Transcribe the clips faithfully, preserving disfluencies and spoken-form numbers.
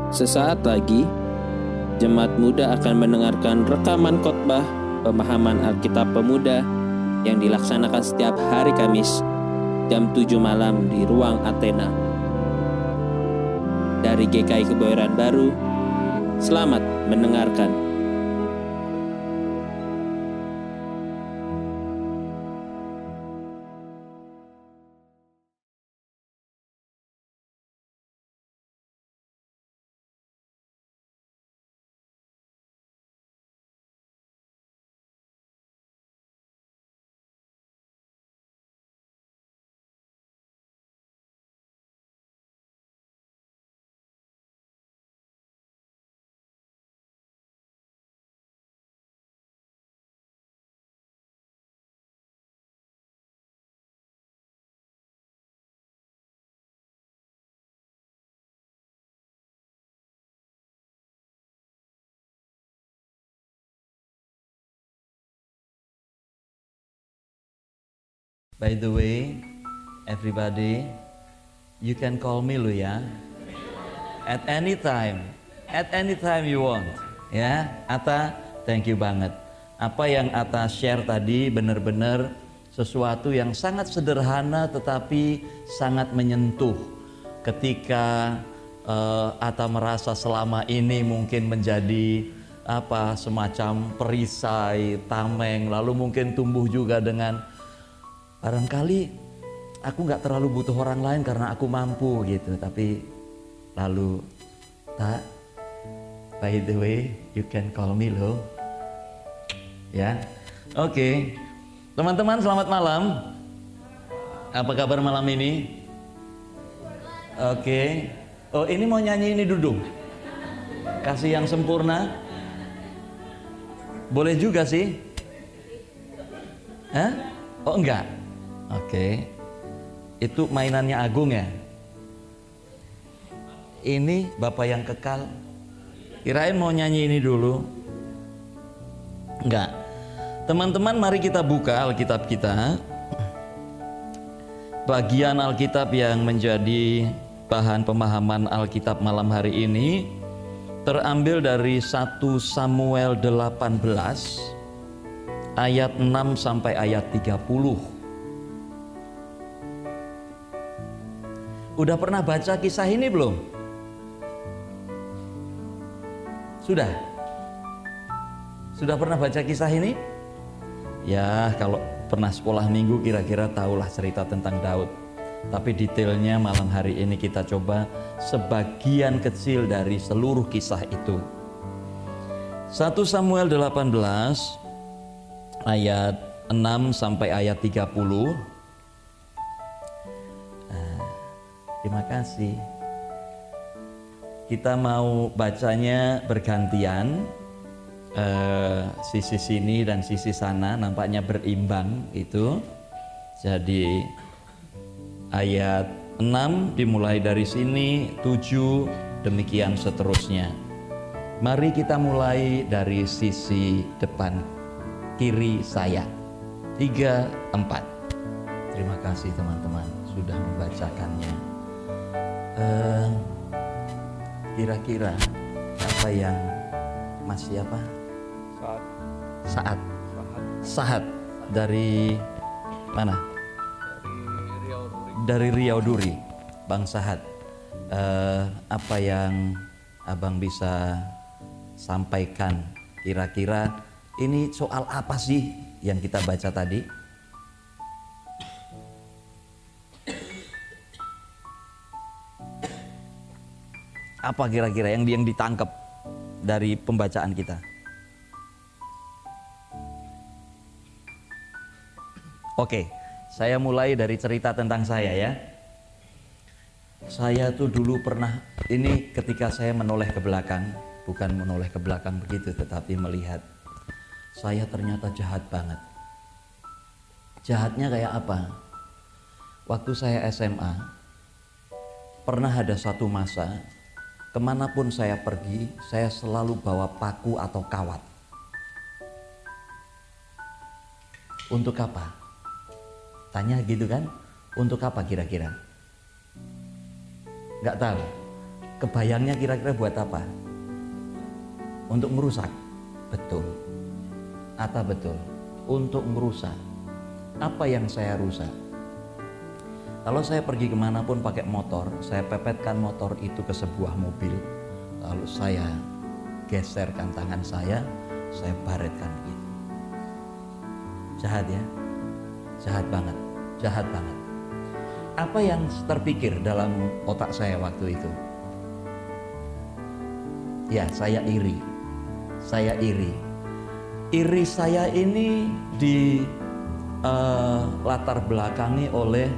Sesaat lagi, Jemaat Muda akan mendengarkan rekaman khotbah pemahaman Alkitab Pemuda yang dilaksanakan setiap hari Kamis jam tujuh malam di Ruang Athena. Dari G K I Kebayoran Baru, selamat mendengarkan. By the way, everybody, you can call me lo ya. At any time, at any time you want. Ya, Atta, thank you banget. Apa yang Atta share tadi benar-benar sesuatu yang sangat sederhana tetapi sangat menyentuh. Ketika uh, Atta merasa selama ini mungkin menjadi apa semacam perisai, tameng, lalu mungkin tumbuh juga dengan barangkali aku nggak terlalu butuh orang lain karena aku mampu gitu, tapi lalu tak, by the way you can call me lo ya. Oke, okay. Teman-teman selamat malam. Apa kabar malam ini? Oke, okay. Oh ini mau nyanyi ini duduk kasih yang sempurna boleh juga sih. Hah? Oh enggak. Oke, okay. Itu mainannya Agung ya. Ini Bapak yang kekal. Kirain mau nyanyi ini dulu. Enggak. Teman-teman, mari kita buka Alkitab kita. Bagian Alkitab yang menjadi bahan pemahaman Alkitab malam hari ini terambil dari satu Samuel delapan belas ayat enam sampai ayat tiga puluh. Udah pernah baca kisah ini belum? Sudah? Sudah pernah baca kisah ini? Ya, kalau pernah sekolah minggu kira-kira tahulah cerita tentang Daud. Tapi detailnya malam hari ini kita coba sebagian kecil dari seluruh kisah itu. satu Samuel delapan belas ayat enam sampai ayat tiga puluh. Terima kasih. Kita mau bacanya bergantian, eh, sisi sini dan sisi sana nampaknya berimbang itu. Jadi ayat enam dimulai dari sini, tujuh demikian seterusnya. Mari kita mulai dari sisi depan kiri saya. Tiga, empat. Terima kasih teman-teman sudah membacakannya. Uh, kira-kira apa yang masih apa? Saat. Saat. Saat. Saat dari mana? Dari Riau Duri. Dari Riau Duri, Bang Sahat. Uh, apa yang abang bisa sampaikan? Kira-kira ini soal apa sih yang kita baca tadi? Apa kira-kira yang yang ditangkap dari pembacaan kita? Oke, saya mulai dari cerita tentang saya ya. Saya tuh dulu pernah, ini ketika saya menoleh ke belakang, bukan menoleh ke belakang begitu, tetapi melihat saya ternyata jahat banget. Jahatnya kayak apa? Waktu saya S M A, pernah ada satu masa kemanapun saya pergi, saya selalu bawa paku atau kawat. Untuk apa? Tanya gitu kan? Untuk apa kira-kira? Nggak tahu. kebayangnya kira-kira buat apa? Untuk merusak. Betul. Atta betul. Untuk merusak. Apa yang saya rusak? Kalau saya pergi kemanapun pakai motor, saya pepetkan motor itu ke sebuah mobil, lalu saya geserkan tangan saya, saya baretkan begitu. Jahat ya? Jahat banget, jahat banget. Apa yang terpikir dalam otak saya waktu itu? Ya, saya iri. Saya iri. Iri saya ini di uh, latar belakangi oleh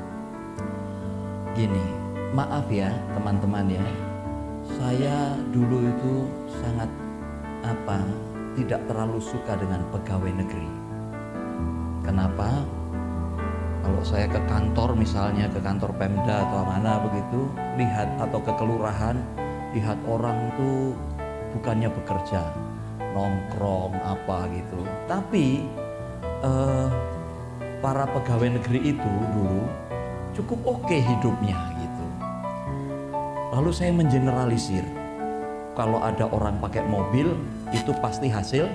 gini, maaf ya teman-teman ya, saya dulu itu sangat apa, tidak terlalu suka dengan pegawai negeri. Kenapa? Kalau saya ke kantor misalnya, ke kantor Pemda atau mana begitu, lihat atau ke kelurahan, lihat orang tuh bukannya bekerja, nongkrong apa gitu. Tapi eh, para pegawai negeri itu dulu cukup oke hidupnya gitu. Lalu saya mengeneralisir, kalau ada orang pakai mobil itu pasti hasil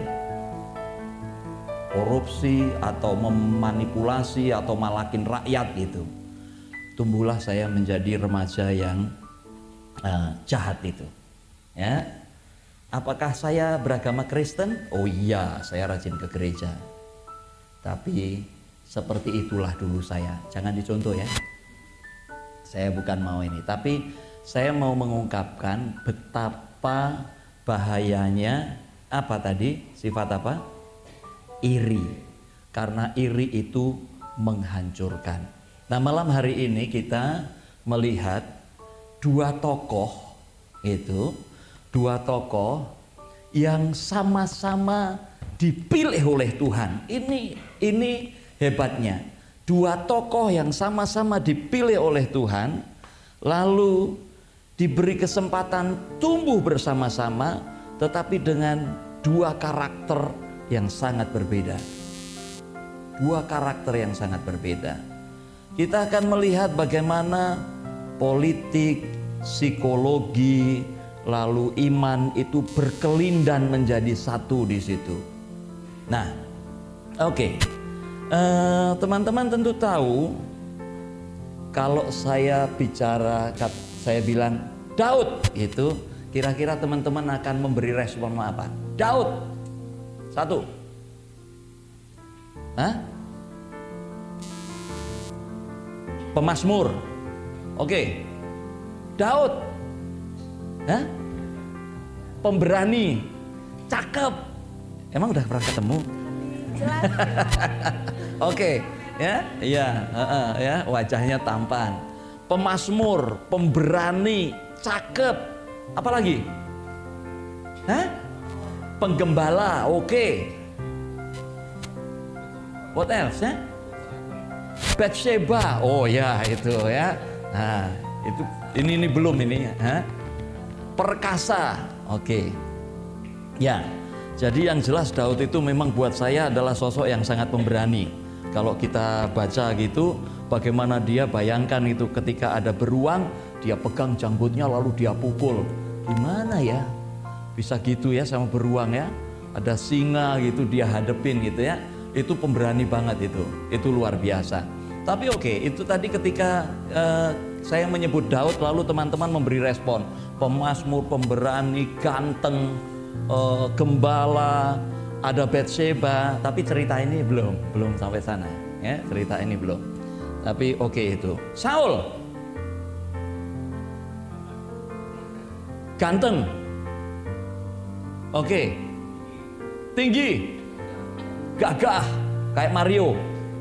korupsi atau memanipulasi atau malakin rakyat gitu. Tumbuhlah saya menjadi remaja yang uh, jahat itu. Ya, apakah saya beragama Kristen? Oh iya, saya rajin ke gereja. Tapi seperti itulah dulu saya. Jangan dicontoh ya. Saya bukan mau ini, tapi saya mau mengungkapkan betapa bahayanya apa tadi? Sifat apa? Iri. Karena iri itu menghancurkan. Nah, malam hari ini kita melihat dua tokoh itu, dua tokoh yang sama-sama dipilih oleh Tuhan. Ini ini hebatnya, dua tokoh yang sama-sama dipilih oleh Tuhan, lalu diberi kesempatan tumbuh bersama-sama, tetapi dengan dua karakter yang sangat berbeda. Dua karakter yang sangat berbeda. Kita akan melihat bagaimana politik, psikologi, lalu iman itu berkelindan menjadi satu di situ. Nah, oke. Okay. Uh, teman-teman tentu tahu kalau saya bicara, saya bilang Daud itu, kira-kira teman-teman akan memberi respon apa? Daud. Satu. Hah? Pemazmur. Oke. Okay. Daud. Hah? Pemberani. Cakep. Emang udah pernah ketemu? Oke, ya, ya, uh, uh, ya, wajahnya tampan, pemazmur, pemberani, cakep, apa lagi? Hah? Penggembala, oke. Okay. What else? Ya? Bathsheba, oh ya itu ya. Nah, itu ini ini belum ini, ha? Perkasa, oke. Okay. Ya. Jadi yang jelas Daud itu memang buat saya adalah sosok yang sangat pemberani. Kalau kita baca gitu, bagaimana dia, bayangkan itu ketika ada beruang, dia pegang janggutnya lalu dia pukul. Gimana ya? Bisa gitu ya sama beruang ya? Ada singa gitu dia hadepin gitu ya. Itu pemberani banget itu. Itu luar biasa. Tapi oke, okay, itu tadi ketika uh, saya menyebut Daud, lalu teman-teman memberi respon. Pemazmur, pemberani, ganteng, Uh, gembala, ada Bathsheba, tapi cerita ini belum, belum sampai sana, ya cerita ini belum. Tapi oke okay itu. Saul, ganteng, oke, okay. Tinggi, gagah, kayak Mario.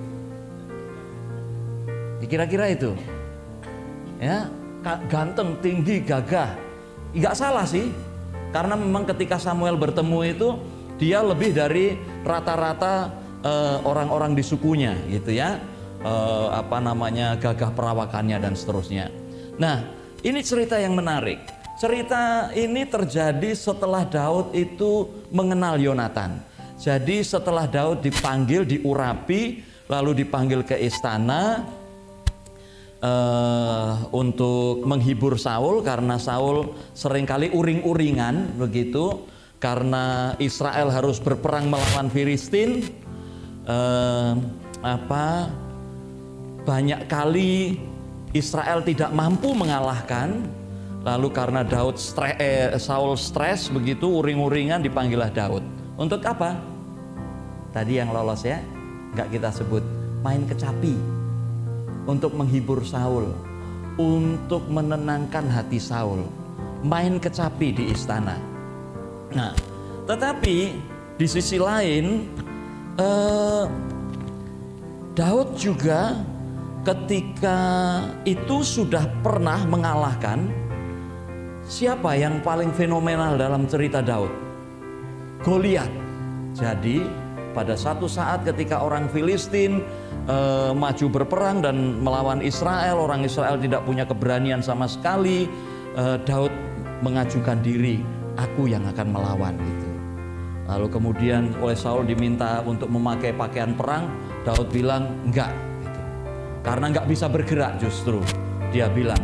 Kira-kira itu, ya ganteng, tinggi, gagah, nggak salah sih. Karena memang ketika Samuel bertemu itu dia lebih dari rata-rata uh, orang-orang di sukunya gitu ya, uh, apa namanya, gagah perawakannya dan seterusnya. Nah, ini cerita yang menarik. Cerita ini terjadi setelah Daud itu mengenal Yonatan. Jadi setelah Daud dipanggil, diurapi, lalu dipanggil ke istana, uh, untuk menghibur Saul, karena Saul seringkali uring-uringan begitu, karena Israel harus berperang melawan Filistin. Uh, apa banyak kali Israel tidak mampu mengalahkan, lalu karena Daud stre, eh, Saul stres begitu, uring-uringan, dipanggillah Daud. Untuk apa? Tadi yang lolos ya, nggak kita sebut, main kecapi untuk menghibur Saul, untuk menenangkan hati Saul, main kecapi di istana. Nah, tetapi di sisi lain eh, Daud juga ketika itu sudah pernah mengalahkan. Siapa yang paling fenomenal dalam cerita Daud? Goliat. Jadi pada satu saat ketika orang Filistin eh, maju berperang dan melawan Israel, orang Israel tidak punya keberanian sama sekali, eh, Daud mengajukan diri, aku yang akan melawan itu. Lalu kemudian oleh Saul diminta untuk memakai pakaian perang, Daud bilang enggak. Karena nggak bisa bergerak justru. Dia bilang,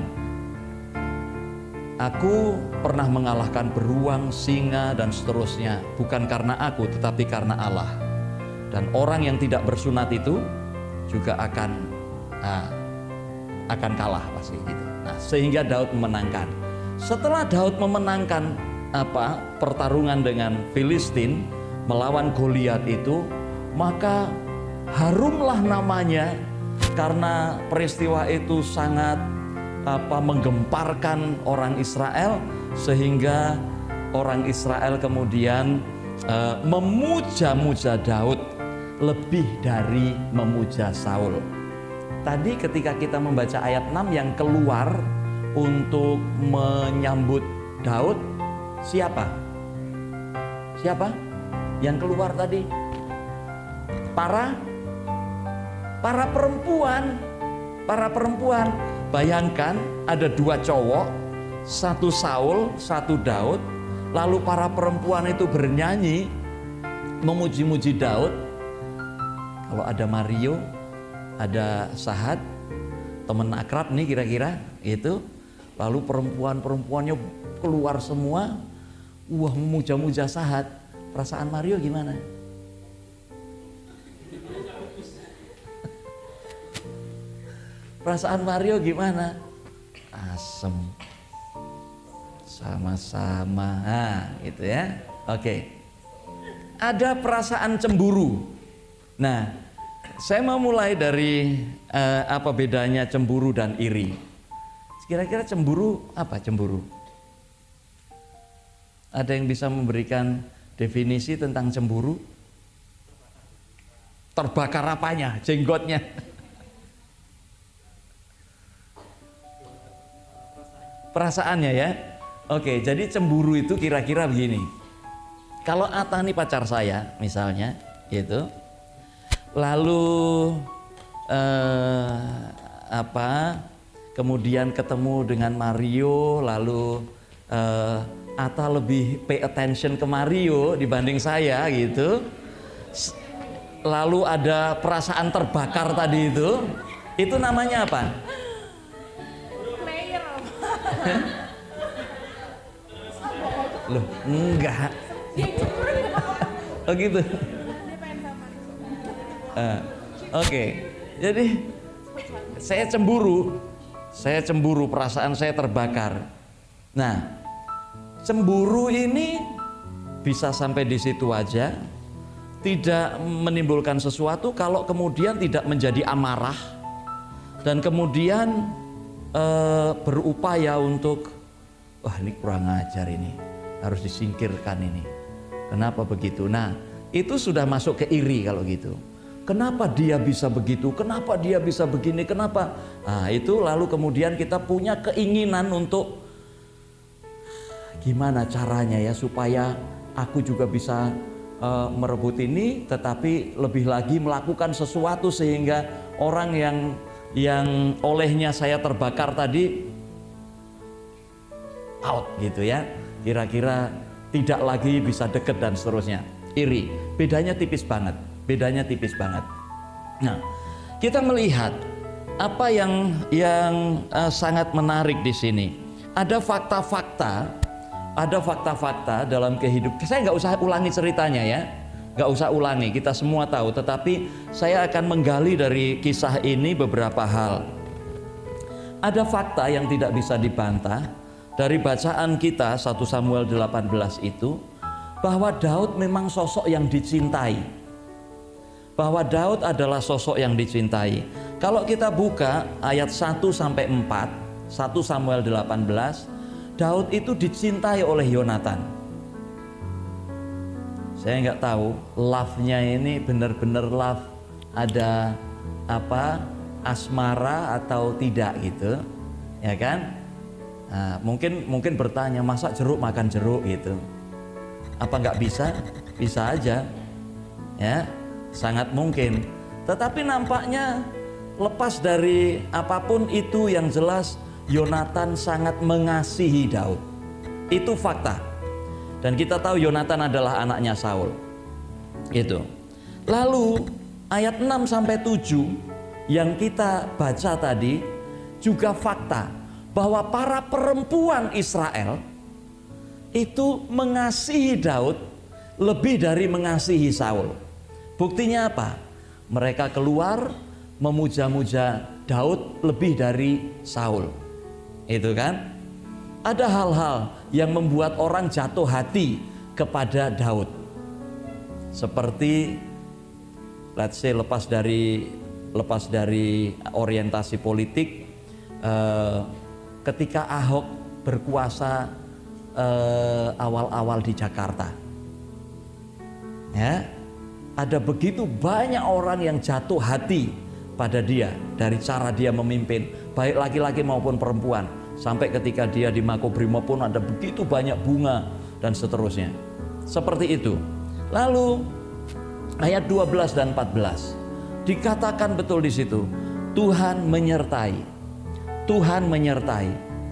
aku pernah mengalahkan beruang, singa, dan seterusnya. Bukan karena aku, tetapi karena Allah. Dan orang yang tidak bersunat itu juga akan nah, akan kalah pasti gitu. Nah, sehingga Daud memenangkan. Setelah Daud memenangkan apa pertarungan dengan Filistin melawan Goliat itu, maka harumlah namanya. Karena peristiwa itu sangat apa menggemparkan orang Israel, sehingga orang Israel kemudian e, memuja-muja Daud lebih dari memuja Saul. Tadi ketika kita membaca ayat enam, yang keluar untuk menyambut Daud siapa? Siapa? Yang keluar tadi? Para Para perempuan, para perempuan. Bayangkan ada dua cowok, satu Saul, satu Daud. Lalu para perempuan itu bernyanyi, memuji-muji Daud. Kalau ada Mario, ada Sahat, teman akrab nih kira-kira itu. Lalu perempuan-perempuannya keluar semua, wah memuja-muja Sahat. Perasaan Mario gimana? Perasaan Mario gimana? Asem. Sama-sama. Nah, gitu ya. Oke. Ada perasaan cemburu. Nah, saya mau mulai dari uh, apa bedanya cemburu dan iri. Kira-kira cemburu apa cemburu? Ada yang bisa memberikan definisi tentang cemburu? Terbakar apanya? Jenggotnya. Perasaannya ya. Oke, jadi cemburu itu kira-kira begini. Kalau Ata nih pacar saya misalnya gitu, lalu eh, apa kemudian ketemu dengan Mario, lalu eh, Ata lebih pay attention ke Mario dibanding saya gitu, lalu ada perasaan terbakar tadi itu, itu namanya apa? Loh, enggak. Oh gitu. Uh, Oke, okay. Jadi saya cemburu, saya cemburu, perasaan saya terbakar. Nah, cemburu ini bisa sampai di situ aja, tidak menimbulkan sesuatu kalau kemudian tidak menjadi amarah dan kemudian uh, berupaya untuk, wah ini kurang ajar ini, harus disingkirkan ini. Kenapa begitu? Nah, itu sudah masuk ke iri kalau gitu. Kenapa dia bisa begitu? Kenapa dia bisa begini? Kenapa? Nah, itu lalu kemudian kita punya keinginan untuk gimana caranya ya supaya aku juga bisa uh, merebut ini, tetapi lebih lagi melakukan sesuatu sehingga orang yang yang olehnya saya terbakar tadi out gitu ya. Kira-kira tidak lagi bisa deket dan seterusnya. Iri, bedanya tipis banget, bedanya tipis banget. Nah, kita melihat apa yang yang uh, sangat menarik di sini? Ada fakta-fakta, ada fakta-fakta dalam kehidupan. Saya nggak usah ulangi ceritanya ya, nggak usah ulangi. Kita semua tahu. Tetapi saya akan menggali dari kisah ini beberapa hal. Ada fakta yang tidak bisa dibantah dari bacaan kita satu Samuel delapan belas itu, bahwa Daud memang sosok yang dicintai. Bahwa Daud adalah sosok yang dicintai. Kalau kita buka ayat satu sampai empat, satu Samuel delapan belas, Daud itu dicintai oleh Yonatan. Saya nggak tahu love-nya ini benar-benar love, ada apa asmara atau tidak gitu, ya kan? Nah, mungkin mungkin bertanya, masa jeruk makan jeruk gitu? Apa nggak bisa? Bisa aja, ya, sangat mungkin. Tetapi nampaknya lepas dari apapun itu, yang jelas Yonatan sangat mengasihi Daud. Itu fakta. Dan kita tahu Yonatan adalah anaknya Saul. Itu. Lalu ayat enam sampai tujuh yang kita baca tadi juga fakta bahwa para perempuan Israel itu mengasihi Daud lebih dari mengasihi Saul. Buktinya apa? Mereka keluar memuja-muja Daud lebih dari Saul. Itu kan? Ada hal-hal yang membuat orang jatuh hati kepada Daud. Seperti let's say lepas dari lepas dari orientasi politik, eh, ketika Ahok berkuasa eh, awal-awal di Jakarta, ya, ada begitu banyak orang yang jatuh hati pada dia dari cara dia memimpin, baik laki-laki maupun perempuan. Sampai ketika dia di Makobrimob pun ada begitu banyak bunga dan seterusnya. Seperti itu. Lalu ayat dua belas dan empat belas dikatakan betul di situ, Tuhan menyertai. Tuhan menyertai.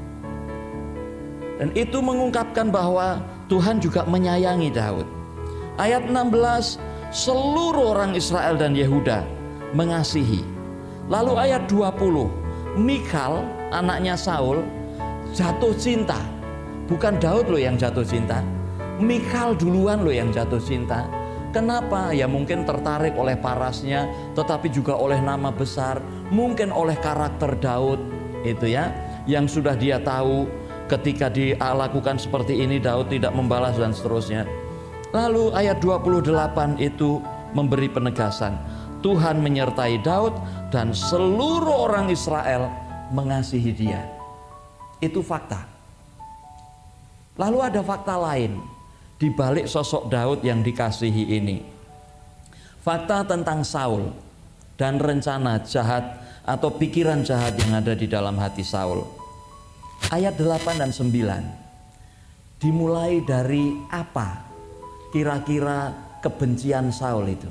Dan itu mengungkapkan bahwa Tuhan juga menyayangi Daud. Ayat enam belas, seluruh orang Israel dan Yehuda mengasihi. Lalu ayat dua puluh, Mikal anaknya Saul jatuh cinta. Bukan Daud loh yang jatuh cinta, Mikal duluan loh yang jatuh cinta. Kenapa? Ya mungkin tertarik oleh parasnya, tetapi juga oleh nama besar, mungkin oleh karakter Daud itu ya, yang sudah dia tahu ketika dia lakukan seperti ini Daud tidak membalas dan seterusnya. Lalu ayat dua puluh delapan itu memberi penegasan, Tuhan menyertai Daud dan seluruh orang Israel mengasihi dia. Itu fakta. Lalu ada fakta lain di balik sosok Daud yang dikasihi ini. Fakta tentang Saul dan rencana jahat atau pikiran jahat yang ada di dalam hati Saul. Ayat delapan dan sembilan dimulai dari apa kira-kira kebencian Saul itu.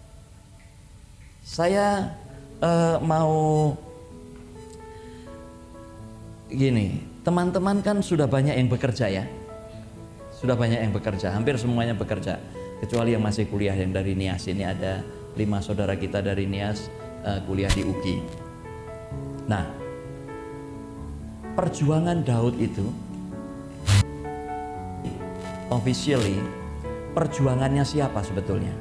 Saya uh, mau gini, teman-teman kan sudah banyak yang bekerja ya. Sudah banyak yang bekerja, hampir semuanya bekerja. Kecuali yang masih kuliah yang dari Nias. Ini ada lima saudara kita dari Nias uh, kuliah di U G I. Nah, perjuangan Daud itu officially perjuangannya siapa sebetulnya?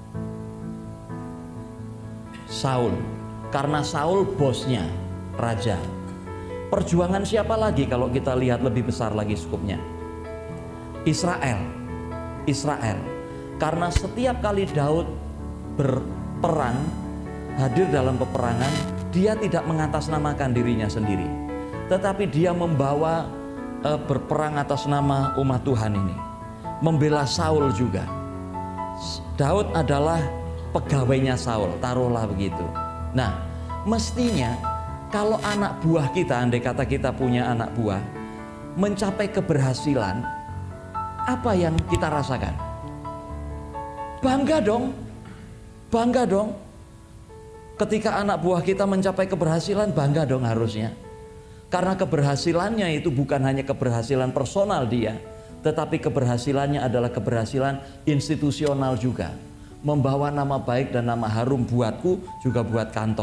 Saul. Karena Saul bosnya, raja. Perjuangan siapa lagi kalau kita lihat lebih besar lagi skupnya? Israel. Israel. Karena setiap kali Daud berperang, hadir dalam peperangan, dia tidak mengatasnamakan dirinya sendiri, tetapi dia membawa e, berperang atas nama umat Tuhan ini, membela Saul juga. Daud adalah pegawainya Saul, taruhlah begitu. Nah, mestinya kalau anak buah kita, andai kata kita punya anak buah, mencapai keberhasilan, apa yang kita rasakan? Bangga dong, bangga dong. Ketika anak buah kita mencapai keberhasilan, bangga dong harusnya. Karena keberhasilannya itu bukan hanya keberhasilan personal dia, tetapi keberhasilannya adalah keberhasilan institusional juga. Membawa nama baik dan nama harum buatku, juga buat kantor,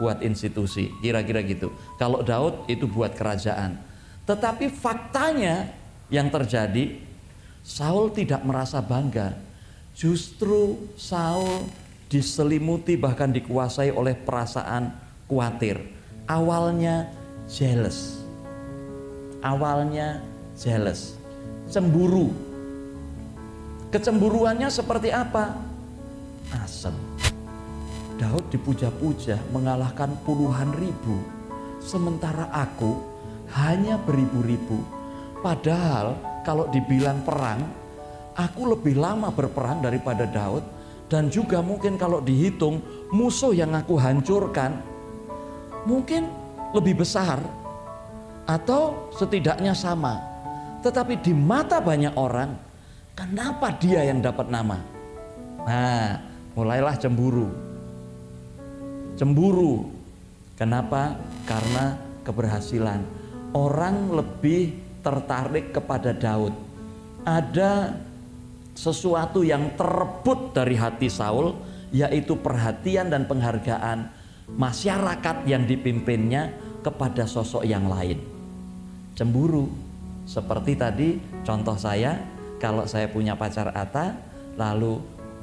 buat institusi, kira-kira gitu. Kalau Daud itu buat kerajaan. Tetapi faktanya yang terjadi, Saul tidak merasa bangga. Justru Saul diselimuti bahkan dikuasai oleh perasaan khawatir. Awalnya jealous. Awalnya jealous. Cemburu. Kecemburuannya seperti apa? Asem. Daud dipuja-puja mengalahkan puluhan ribu, sementara aku hanya beribu-ribu. Padahal kalau dibilang perang, aku lebih lama berperang daripada Daud. Dan juga mungkin kalau dihitung musuh yang aku hancurkan mungkin lebih besar atau setidaknya sama. Tetapi di mata banyak orang, kenapa dia yang dapat nama? Nah, mulailah cemburu. Cemburu. Kenapa? Karena keberhasilan. Orang lebih tertarik kepada Daud. Ada sesuatu yang terebut dari hati Saul, yaitu perhatian dan penghargaan masyarakat yang dipimpinnya kepada sosok yang lain. Cemburu. Seperti tadi contoh saya, kalau saya punya pacar Atta, lalu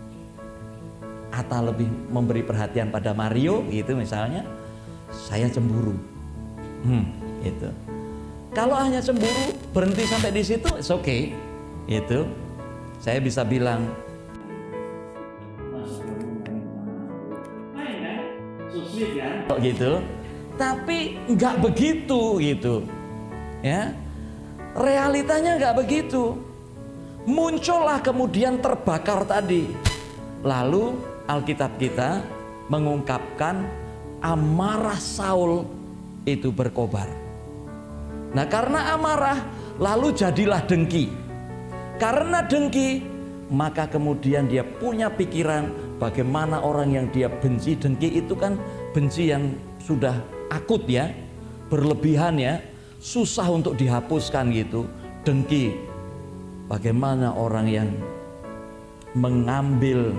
Atta lebih memberi perhatian pada Mario gitu misalnya, saya cemburu. Hmm, gitu. Kalau hanya cemburu berhenti sampai di situ, it's okay. Itu saya bisa bilang, kok gitu. Tapi nggak begitu gitu, ya. Realitanya nggak begitu. Muncullah kemudian terbakar tadi. Lalu Alkitab kita mengungkapkan amarah Saul itu berkobar. Nah, karena amarah lalu jadilah dengki. Karena dengki, maka kemudian dia punya pikiran bagaimana orang yang dia benci. Dengki itu kan benci yang sudah akut ya, berlebihan ya, susah untuk dihapuskan gitu. Dengki, bagaimana orang yang mengambil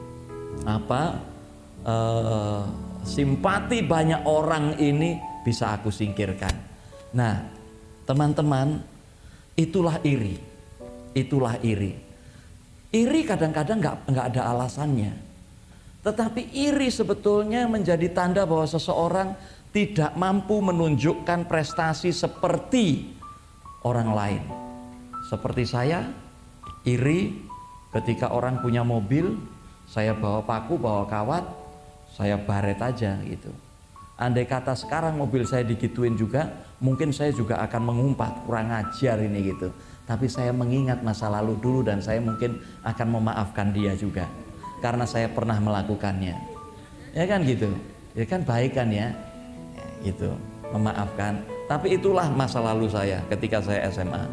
apa uh, simpati banyak orang ini bisa aku singkirkan. Nah, teman-teman, itulah iri, itulah iri. Iri kadang-kadang nggak nggak ada alasannya, tetapi iri sebetulnya menjadi tanda bahwa seseorang tidak mampu menunjukkan prestasi seperti orang lain. Seperti saya, iri ketika orang punya mobil, saya bawa paku, bawa kawat, saya baret aja gitu. Andai kata sekarang mobil saya digituin juga, mungkin saya juga akan mengumpat, kurang ajar ini gitu. Tapi saya mengingat masa lalu dulu dan saya mungkin akan memaafkan dia juga, karena saya pernah melakukannya. Ya kan gitu, ya kan baik kan ya, gitu, memaafkan. Tapi itulah masa lalu saya ketika saya S M A.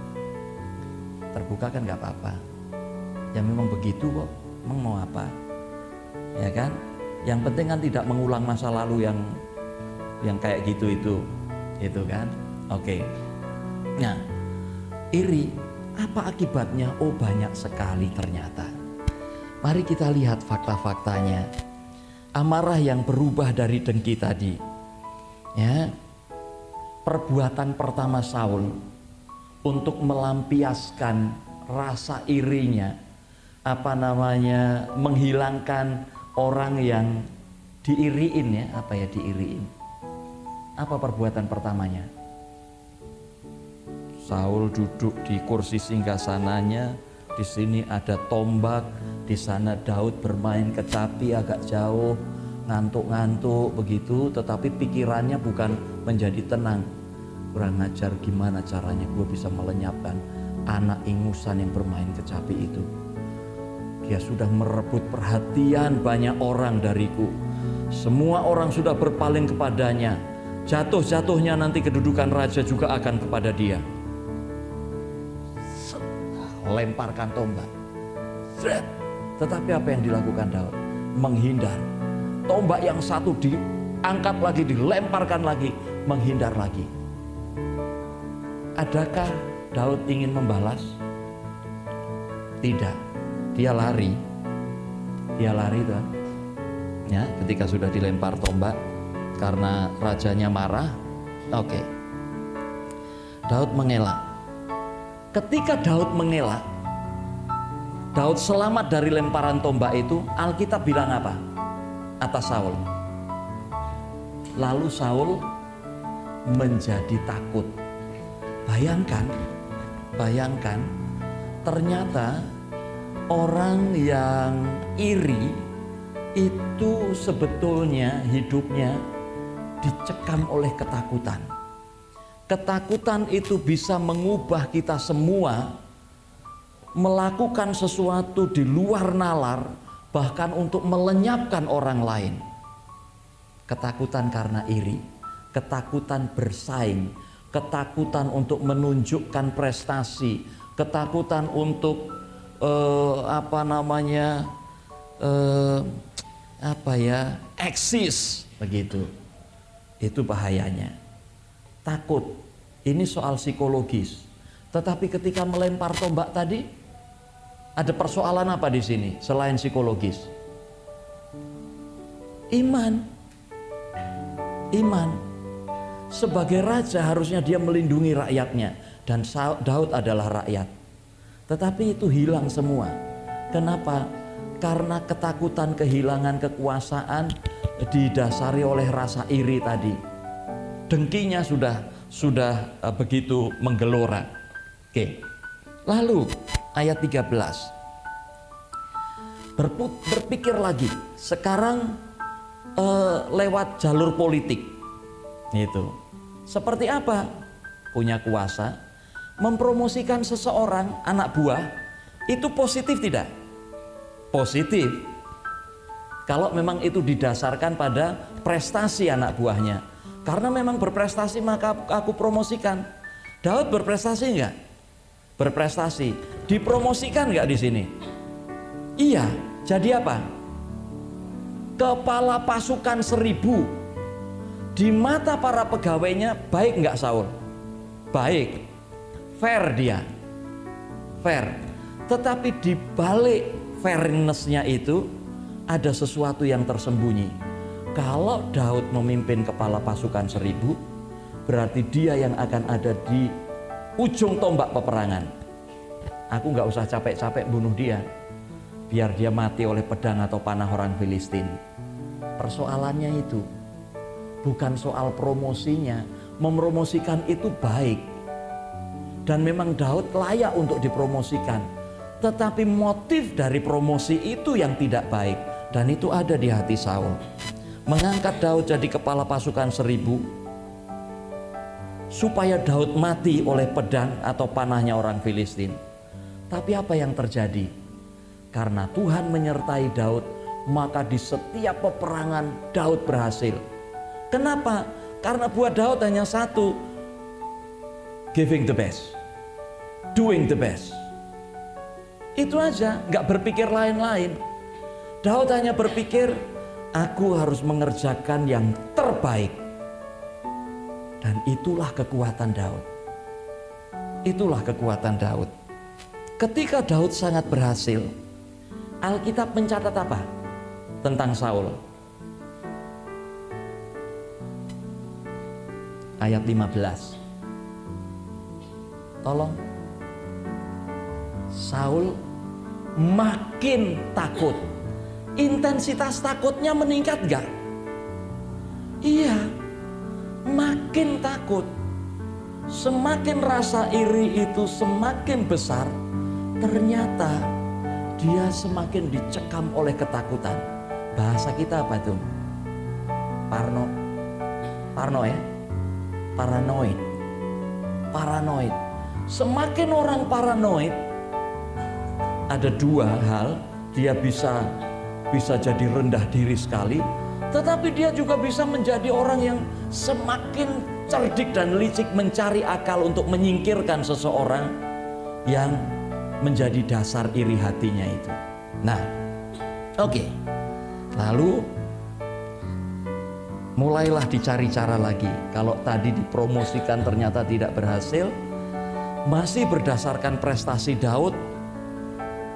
Terbuka kan gak apa-apa. Ya memang begitu kok, emang mau apa? Ya kan? Yang penting kan tidak mengulang masa lalu yang yang kayak gitu itu, itu kan? Oke. Nah, iri apa akibatnya? Oh, banyak sekali ternyata. Mari kita lihat fakta-faktanya. Amarah yang berubah dari dengki tadi. Ya. Perbuatan pertama Saul untuk melampiaskan rasa irinya, apa namanya, menghilangkan orang yang diiriin ya, apa ya diiriin? Apa perbuatan pertamanya? Saul duduk di kursi singgasananya, di sini ada tombak, di sana Daud bermain kecapi agak jauh, ngantuk-ngantuk begitu, tetapi pikirannya bukan menjadi tenang. Kurang ajar, gimana caranya gue bisa melenyapkan anak ingusan yang bermain kecapi itu. Dia sudah merebut perhatian banyak orang dariku. Semua orang sudah berpaling kepadanya. Jatuh-jatuhnya nanti kedudukan raja juga akan kepada dia. Lemparkan tombak. Tetapi apa yang dilakukan Daud? Menghindar. Tombak yang satu diangkat lagi, dilemparkan lagi, menghindar lagi. Adakah Daud ingin membalas? Tidak. Dia lari. Dia lari tuh. Ya, ketika sudah dilempar tombak, karena rajanya marah. Oke. Daud mengelak. Ketika Daud mengelak, Daud selamat dari lemparan tombak itu, Alkitab bilang apa? Atas Saul. Lalu Saul menjadi takut. Bayangkan, bayangkan, ternyata orang yang iri itu sebetulnya hidupnya dicekam oleh ketakutan. Ketakutan itu bisa mengubah kita semua melakukan sesuatu di luar nalar, bahkan untuk melenyapkan orang lain. Ketakutan karena iri, ketakutan bersaing, ketakutan untuk menunjukkan prestasi, ketakutan untuk eh, apa namanya eh, apa ya eksis begitu. Itu bahayanya. Takut, ini soal psikologis. Tetapi ketika melempar tombak tadi, ada persoalan apa di sini selain psikologis? Iman. Iman. Sebagai raja harusnya dia melindungi rakyatnya, dan Daud adalah rakyat. Tetapi itu hilang semua. Kenapa? Karena ketakutan kehilangan kekuasaan didasari oleh rasa iri tadi. Dengkinya sudah sudah uh, begitu menggelora. Oke. Lalu ayat tiga belas. Berput, berpikir lagi. Sekarang uh, lewat jalur politik. Itu. Seperti apa? Punya kuasa, mempromosikan seseorang anak buah, itu positif tidak? Positif. Kalau memang itu didasarkan pada prestasi anak buahnya. Karena memang berprestasi maka aku promosikan. Daud berprestasi enggak? Berprestasi. Dipromosikan enggak di sini? Iya. Jadi apa? Kepala pasukan seribu. Di mata para pegawainya baik enggak Saul? Baik. Fair dia. Fair. Tetapi di balik fairness-nya itu ada sesuatu yang tersembunyi. Kalau Daud memimpin kepala pasukan seribu, berarti dia yang akan ada di ujung tombak peperangan. Aku nggak usah capek-capek bunuh dia, biar dia mati oleh pedang atau panah orang Filistin. Persoalannya itu bukan soal promosinya. Mempromosikan itu baik, dan memang Daud layak untuk dipromosikan. Tetapi motif dari promosi itu yang tidak baik, dan itu ada di hati Saul. Mengangkat Daud jadi kepala pasukan seribu supaya Daud mati oleh pedang atau panahnya orang Filistin. Tapi apa yang terjadi? Karena Tuhan menyertai Daud, maka di setiap peperangan Daud berhasil. Kenapa? Karena buat Daud hanya satu, giving the best, doing the best. Itu aja, nggak berpikir lain-lain. Daud hanya berpikir, aku harus mengerjakan yang terbaik. Dan itulah kekuatan Daud. Itulah kekuatan Daud. Ketika Daud sangat berhasil, Alkitab mencatat apa tentang Saul? Ayat lima belas. Tolong. Saul makin takut. Intensitas takutnya meningkat gak? Iya, makin takut. Semakin rasa iri itu semakin besar, ternyata dia semakin dicekam oleh ketakutan. Bahasa kita apa tuh? Parno. Parno ya? Paranoid. Paranoid. Semakin orang paranoid, ada dua hal. Dia bisa bisa jadi rendah diri sekali, tetapi dia juga bisa menjadi orang yang semakin cerdik dan licik mencari akal untuk menyingkirkan seseorang yang menjadi dasar iri hatinya itu. Nah, oke. Okay. Lalu mulailah dicari cara lagi. Kalau tadi dipromosikan ternyata tidak berhasil, masih berdasarkan prestasi Daud,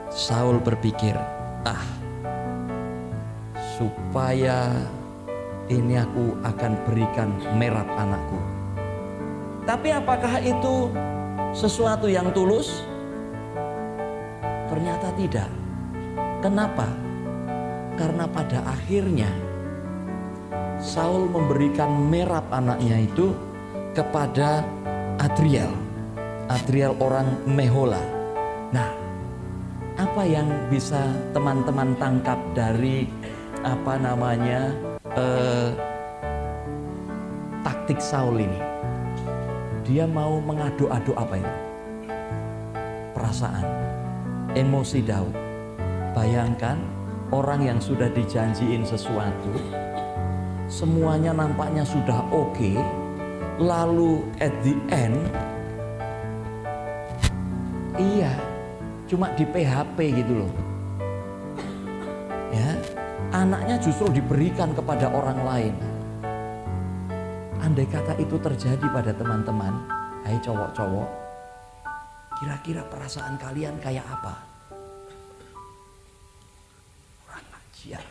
Saul berpikir, ah, supaya ini aku akan berikan merab anakku. Tapi apakah itu sesuatu yang tulus? Ternyata tidak. Kenapa? Karena pada akhirnya Saul memberikan merab anaknya itu kepada Adriel. Adriel orang Mehola. Nah, apa yang bisa teman-teman tangkap dari apa namanya eh, taktik Saul ini? Dia mau mengadu-adu apa itu? Perasaan, emosi Daud. Bayangkan orang yang sudah dijanjiin sesuatu, semuanya nampaknya sudah oke, okay, lalu at the end, iya, cuma di P H P gitu loh. Ya, anaknya justru diberikan kepada orang lain. Andai kata itu terjadi pada teman-teman, hai cowok-cowok, kira-kira perasaan kalian kayak apa? Kurang ajar,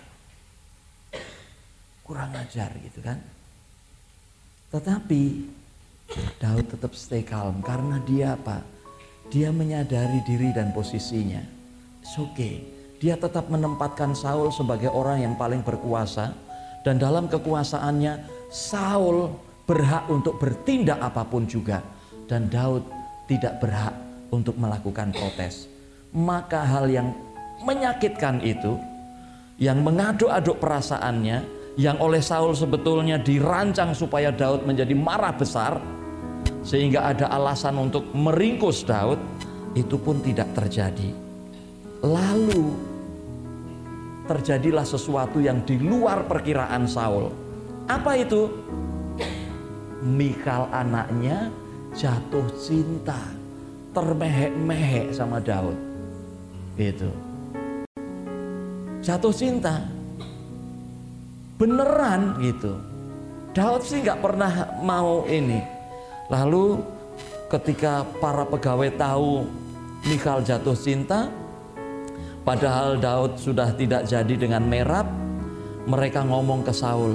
kurang ajar gitu kan? Tetapi Daud tetap stay calm karena dia apa? Dia menyadari diri dan posisinya. It's okay. Dia tetap menempatkan Saul sebagai orang yang paling berkuasa, dan dalam kekuasaannya Saul berhak untuk bertindak apapun juga, dan Daud tidak berhak untuk melakukan protes. Maka hal yang menyakitkan itu, yang mengaduk-aduk perasaannya, yang oleh Saul sebetulnya dirancang supaya Daud menjadi marah besar, sehingga ada alasan untuk meringkus Daud, itu pun tidak terjadi. Lalu terjadilah sesuatu yang di luar perkiraan Saul. Apa itu? Mikal anaknya jatuh cinta, termehek-mehek sama Daud. Gitu. Jatuh cinta. Beneran gitu. Daud sih nggak pernah mau ini. Lalu ketika para pegawai tahu Mikal jatuh cinta, padahal Daud sudah tidak jadi dengan merab, mereka ngomong ke Saul,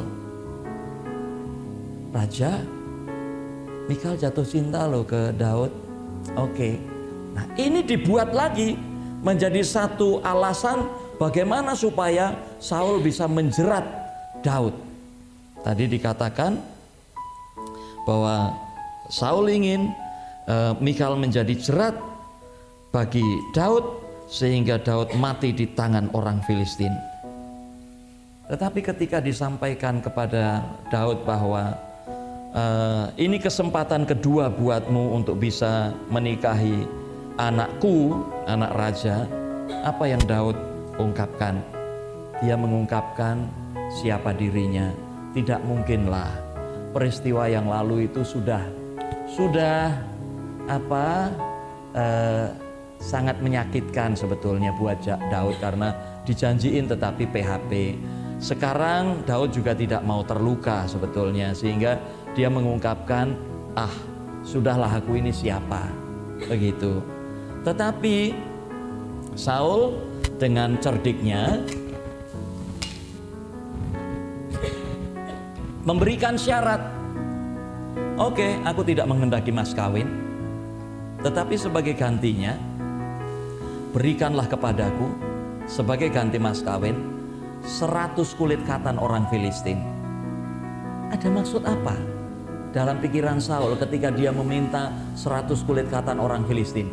Raja, Mikal jatuh cinta loh ke Daud. Oke. Nah, ini dibuat lagi menjadi satu alasan bagaimana supaya Saul bisa menjerat Daud. Tadi dikatakan bahwa Saul ingin uh, Mikal menjadi jerat bagi Daud sehingga Daud mati di tangan orang Filistin. Tetapi ketika disampaikan kepada Daud bahwa Uh, ini kesempatan kedua buatmu untuk bisa menikahi anakku, anak raja. Apa yang Daud ungkapkan? Dia mengungkapkan siapa dirinya. Tidak mungkinlah peristiwa yang lalu itu sudah sudah apa uh, sangat menyakitkan sebetulnya buat Daud karena dijanjiin tetapi P H P. Sekarang Daud juga tidak mau terluka sebetulnya, sehingga dia mengungkapkan, ah sudahlah aku ini siapa, begitu. Tetapi Saul dengan cerdiknya memberikan syarat. Oke, aku tidak menghendaki mas kawin, tetapi sebagai gantinya berikanlah kepadaku sebagai ganti mas kawin seratus kulit katan orang Filistin. Ada maksud apa dalam pikiran Saul ketika dia meminta seratus kulit katan orang Filistin?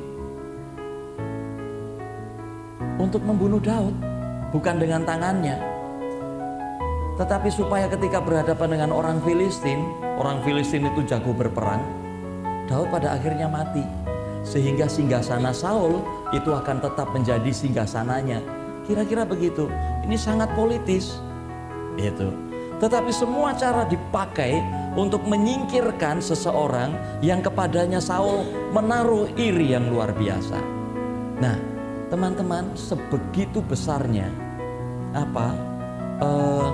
Untuk membunuh Daud, bukan dengan tangannya, tetapi supaya ketika berhadapan dengan orang Filistin, orang Filistin itu jago berperang, Daud pada akhirnya mati, sehingga singgasana Saul itu akan tetap menjadi singgasananya. Kira-kira begitu. Ini sangat politis, itu. Tetapi semua cara dipakai untuk menyingkirkan seseorang yang kepadanya Saul menaruh iri yang luar biasa. Nah, teman-teman, sebegitu besarnya apa uh,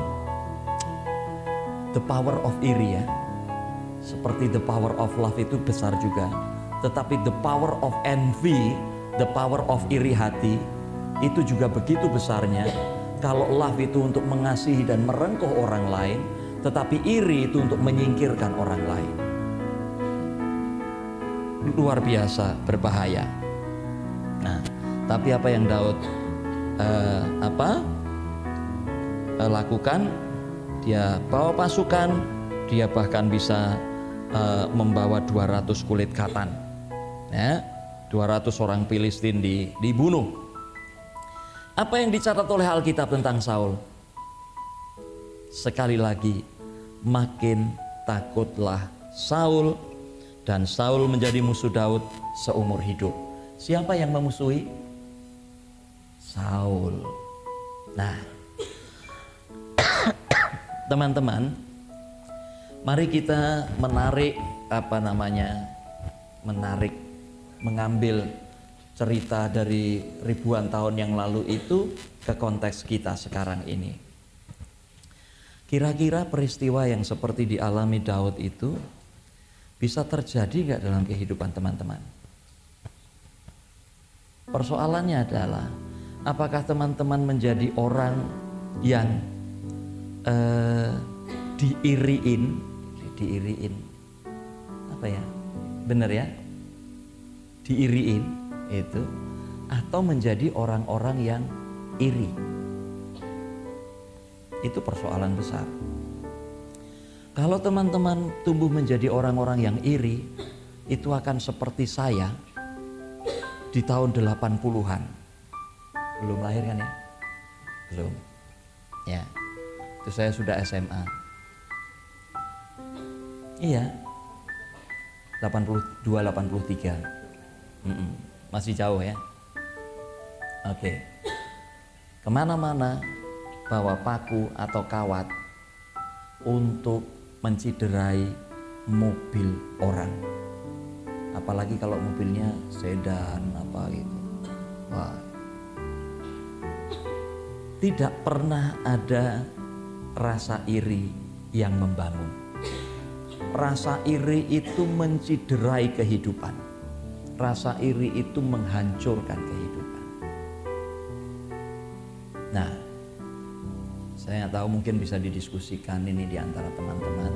the power of iri ya. Seperti the power of love itu besar juga. Tetapi the power of envy, the power of iri hati itu juga begitu besarnya. Kalau love itu untuk mengasihi dan merengkuh orang lain, Tetapi iri itu untuk menyingkirkan orang lain. Luar biasa berbahaya. Nah, tapi apa yang Daud eh, apa eh, lakukan? Dia bawa pasukan, dia bahkan bisa eh, membawa dua ratus kulit katan. Ya, dua ratus orang Filistin di, dibunuh. Apa yang dicatat oleh Alkitab tentang Saul? Sekali lagi, makin takutlah Saul, dan Saul menjadi musuh Daud seumur hidup. Siapa yang memusuhi? Saul. Nah, teman-teman, mari kita menarik apa namanya? Menarik, mengambil cerita dari ribuan tahun yang lalu itu ke konteks kita sekarang ini. Kira-kira peristiwa yang seperti dialami Daud itu bisa terjadi nggak dalam kehidupan teman-teman? Persoalannya adalah, apakah teman-teman menjadi orang yang eh, diiriin, diiriin, apa ya, bener ya, diiriin itu, atau menjadi orang-orang yang iri? Itu persoalan besar. Kalau teman-teman tumbuh menjadi orang-orang yang iri, itu akan seperti saya di tahun delapan puluhan. Belum lahir kan ya? Belum. Ya. Itu saya sudah S M A. Iya. delapan puluh dua, delapan puluh tiga. Mm-mm. Masih jauh ya. Oke. Kemana-mana bawa paku atau kawat untuk menciderai mobil orang, apalagi kalau mobilnya sedan apa gitu. Wah, tidak pernah ada rasa iri yang membangun. Rasa iri itu menciderai kehidupan. Rasa iri itu menghancurkan kehidupan. Nah, saya nggak tahu, mungkin bisa didiskusikan ini di antara teman-teman.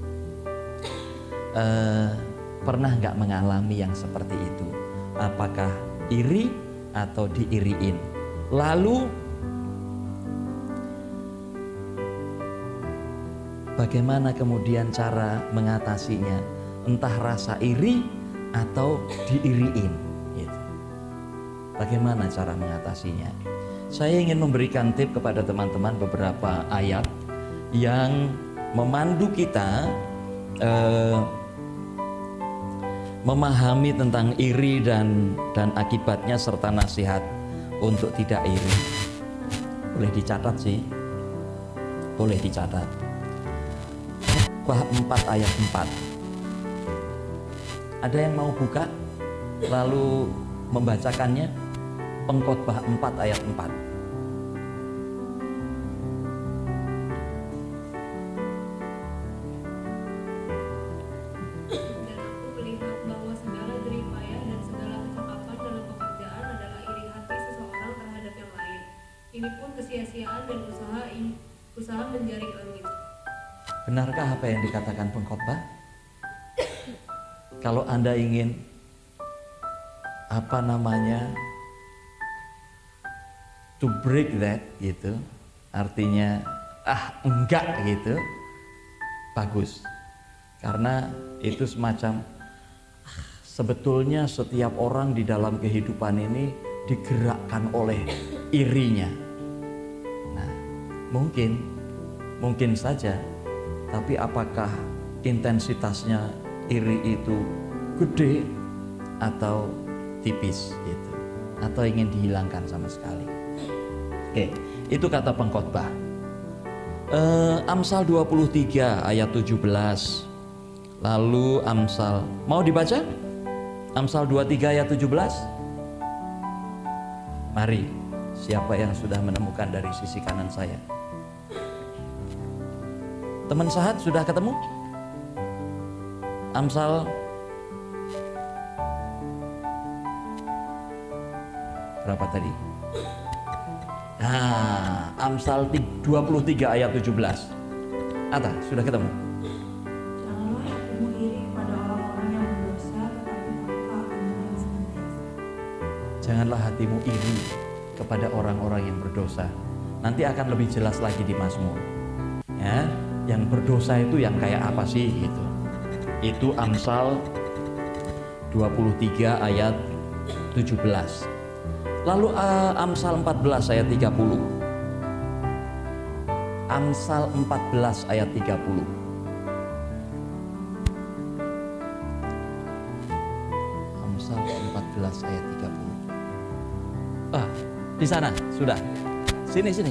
Eh, pernah nggak mengalami yang seperti itu? Apakah iri atau diiriin? Lalu bagaimana kemudian cara mengatasinya? Entah rasa iri atau diiriin. Gitu. Bagaimana cara mengatasinya? Saya ingin memberikan tip kepada teman-teman beberapa ayat yang memandu kita eh, memahami tentang iri dan dan akibatnya serta nasihat untuk tidak iri. Boleh dicatat sih, boleh dicatat. Khotbah empat ayat empat. Ada yang mau buka lalu membacakannya? Pengkhotbah empat ayat empat. Dan aku melihat bahwa segala jeripayah dan segala kecakapan dalam pekerjaan adalah iri hati seseorang terhadap yang lain. Ini pun kesia-siaan dan usaha usaha menjaring angin. Benarkah apa yang dikatakan pengkhotbah? Kalau Anda ingin apa namanya to break that gitu, artinya ah enggak gitu, bagus, karena itu semacam ah, sebetulnya setiap orang di dalam kehidupan ini digerakkan oleh irinya. Nah, mungkin mungkin saja, tapi apakah intensitasnya iri itu gede atau tipis gitu, atau ingin dihilangkan sama sekali? Oke, itu kata pengkhotbah. Uh, Amsal dua puluh tiga ayat tujuh belas. Lalu Amsal, mau dibaca? Amsal dua puluh tiga ayat tujuh belas. Mari, siapa yang sudah menemukan dari sisi kanan saya? Teman Sahat sudah ketemu? Amsal berapa tadi? Nah, Amsal dua puluh tiga ayat tujuh belas. Atta, sudah ketemu? Janganlah hatimu iri kepada orang-orang yang berdosa, tetapi engkau akan menang senantiasa. Janganlah hatimu iri kepada orang-orang yang berdosa. Nanti akan lebih jelas lagi di Mazmur. Ya, yang berdosa itu yang kayak apa sih gitu. Itu Amsal dua puluh tiga ayat tujuh belas. Lalu uh, Amsal empat belas ayat tiga puluh. Amsal empat belas ayat tiga puluh. Amsal empat belas ayat tiga puluh. Ah, di sana sudah. Sini sini.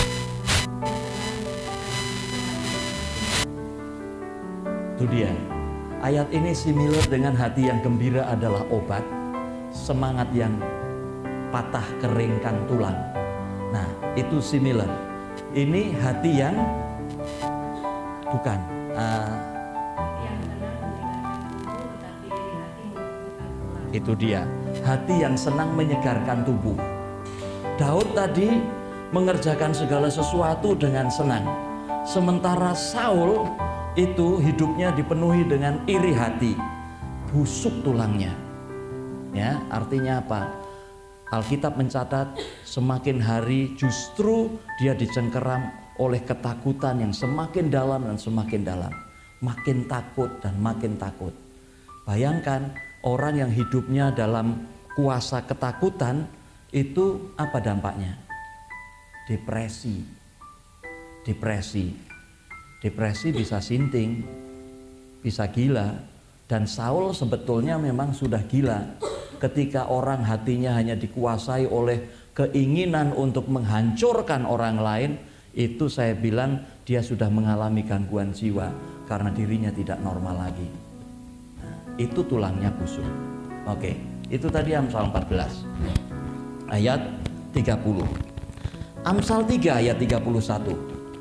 Itu dia. Ayat ini similar dengan hati yang gembira adalah obat, semangat yang patah keringkan tulang. Nah, itu similar. Ini hati yang bukan uh, yang senang mendengarkan tubuh, tetapi iri hati mengumpulkan tulang. itu dia, hati yang senang menyegarkan tubuh. Daud tadi mengerjakan segala sesuatu dengan senang, sementara Saul itu hidupnya dipenuhi dengan iri hati, busuk tulangnya. Ya, artinya apa? Alkitab mencatat semakin hari justru dia dicengkeram oleh ketakutan yang semakin dalam dan semakin dalam. Makin takut dan makin takut. Bayangkan orang yang hidupnya dalam kuasa ketakutan itu apa dampaknya? Depresi. Depresi. Depresi bisa sinting, bisa gila. Dan Saul sebetulnya memang sudah gila. Ketika orang hatinya hanya dikuasai oleh keinginan untuk menghancurkan orang lain, itu saya bilang dia sudah mengalami gangguan jiwa karena dirinya tidak normal lagi. Nah, itu tulangnya busuk. Oke, itu tadi Amsal empat belas ayat tiga puluh. Amsal tiga ayat tiga puluh satu.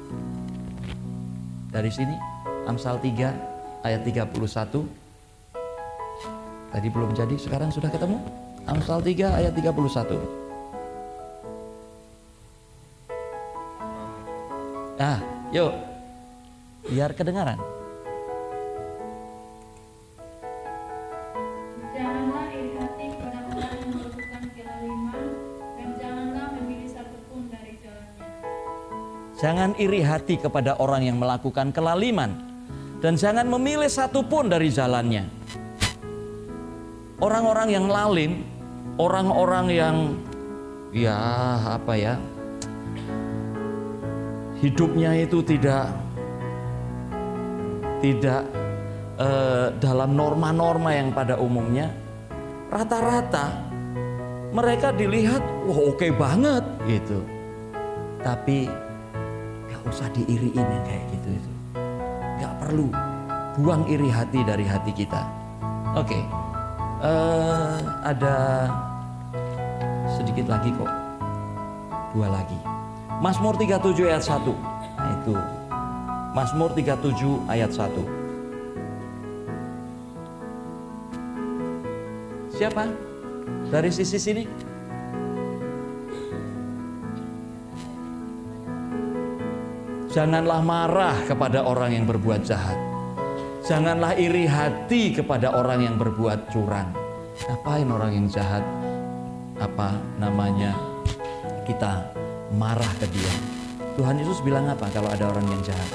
Dari sini Amsal tiga ayat tiga puluh satu. Tadi belum jadi, sekarang sudah ketemu. Amsal tiga ayat tiga puluh satu. Ah, yuk. Biar kedengaran. Janganlah iri hati kepada orang yang melakukan kezaliman, dan janganlah memilih satupun dari jalannya. Jangan iri hati kepada orang yang melakukan kelaliman, dan jangan memilih satupun dari jalannya. Orang-orang yang lalim, orang-orang yang ya apa ya, hidupnya itu tidak tidak eh, dalam norma-norma yang pada umumnya, rata-rata mereka dilihat wah oke banget gitu, tapi gak usah diiriin yang kayak gitu itu, gak perlu, buang iri hati dari hati kita. Oke. Uh, ada sedikit lagi kok, dua lagi. Mazmur tiga puluh tujuh ayat satu. Nah itu Mazmur tiga puluh tujuh ayat satu. Siapa? Dari sisi sini. Janganlah marah kepada orang yang berbuat jahat. Janganlah iri hati kepada orang yang berbuat curang. Ngapain orang yang jahat, apa namanya, kita marah ke dia? Tuhan Yesus bilang apa kalau ada orang yang jahat?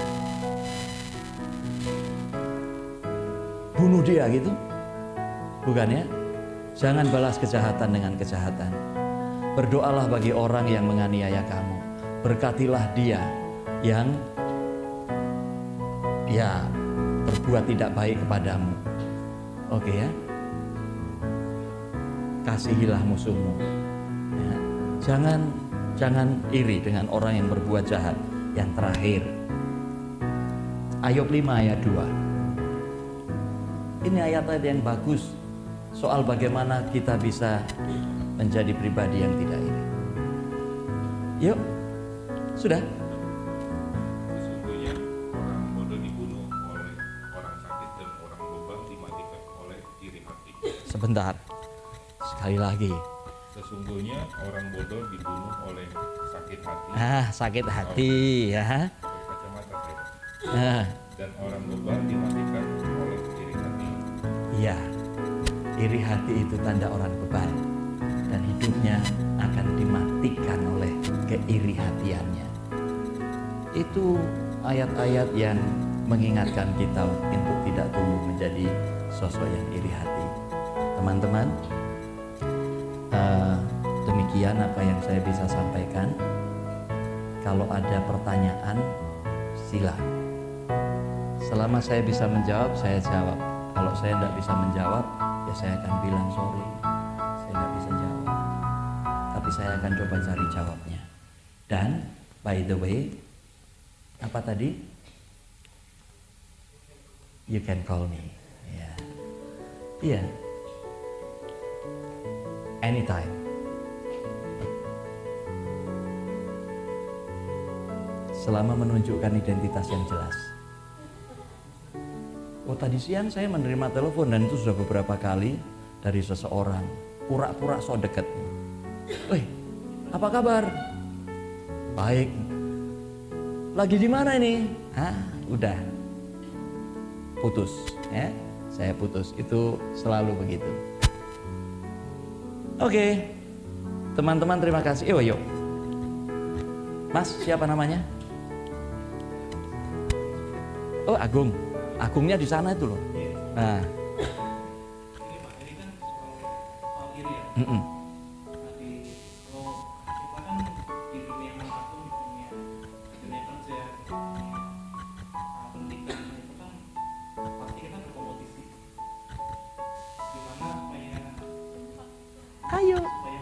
Bunuh dia gitu? Bukan ya? Jangan balas kejahatan dengan kejahatan. Berdoalah bagi orang yang menganiaya kamu. Berkatilah dia yang ya berbuat tidak baik kepadamu. Oke ya. Kasihilah musuhmu. Ya. Jangan jangan iri dengan orang yang berbuat jahat. Yang terakhir, Ayub lima ayat dua. Ini ayat-ayat yang bagus soal bagaimana kita bisa menjadi pribadi yang tidak iri. Yuk, sudah. Sesungguhnya orang bodoh dibunuh oleh orang sakit dan orang bebal dimatikan oleh iri hati. Sebentar, sekali lagi. Sesungguhnya orang bodoh dibunuh oleh sakit hati. Ah, sakit hati ya. Kacamata saya. Nah, dan orang bebal dimatikan oleh iri hati. iya, iri hati itu tanda orang bebal dan hidupnya akan dimatikan oleh keiri hatiannya. Itu ayat-ayat yang mengingatkan kita untuk tidak tumbuh menjadi sosok yang iri hati. Teman-teman, uh, demikian apa yang saya bisa sampaikan. Kalau ada pertanyaan, sila. Selama saya bisa menjawab, saya jawab. Kalau saya tidak bisa menjawab, ya saya akan bilang sorry, saya tidak bisa jawab. Tapi saya akan coba cari jawabnya. Dan by the way, apa tadi? You can call me. Ya, yeah. Iya. Yeah. Anytime. Selama menunjukkan identitas yang jelas. Oh, tadi siang saya menerima telepon dan itu sudah beberapa kali dari seseorang pura-pura so deket. Wih, apa kabar? Baik. Lagi di mana ini? Ah, udah. Putus, ya. Saya putus. Itu selalu begitu. Oke. Teman-teman terima kasih. Yuk, yuk. Mas, siapa namanya? Oh, Agung. Agungnya di sana itu loh. Nah. Mm -mm. Ayo.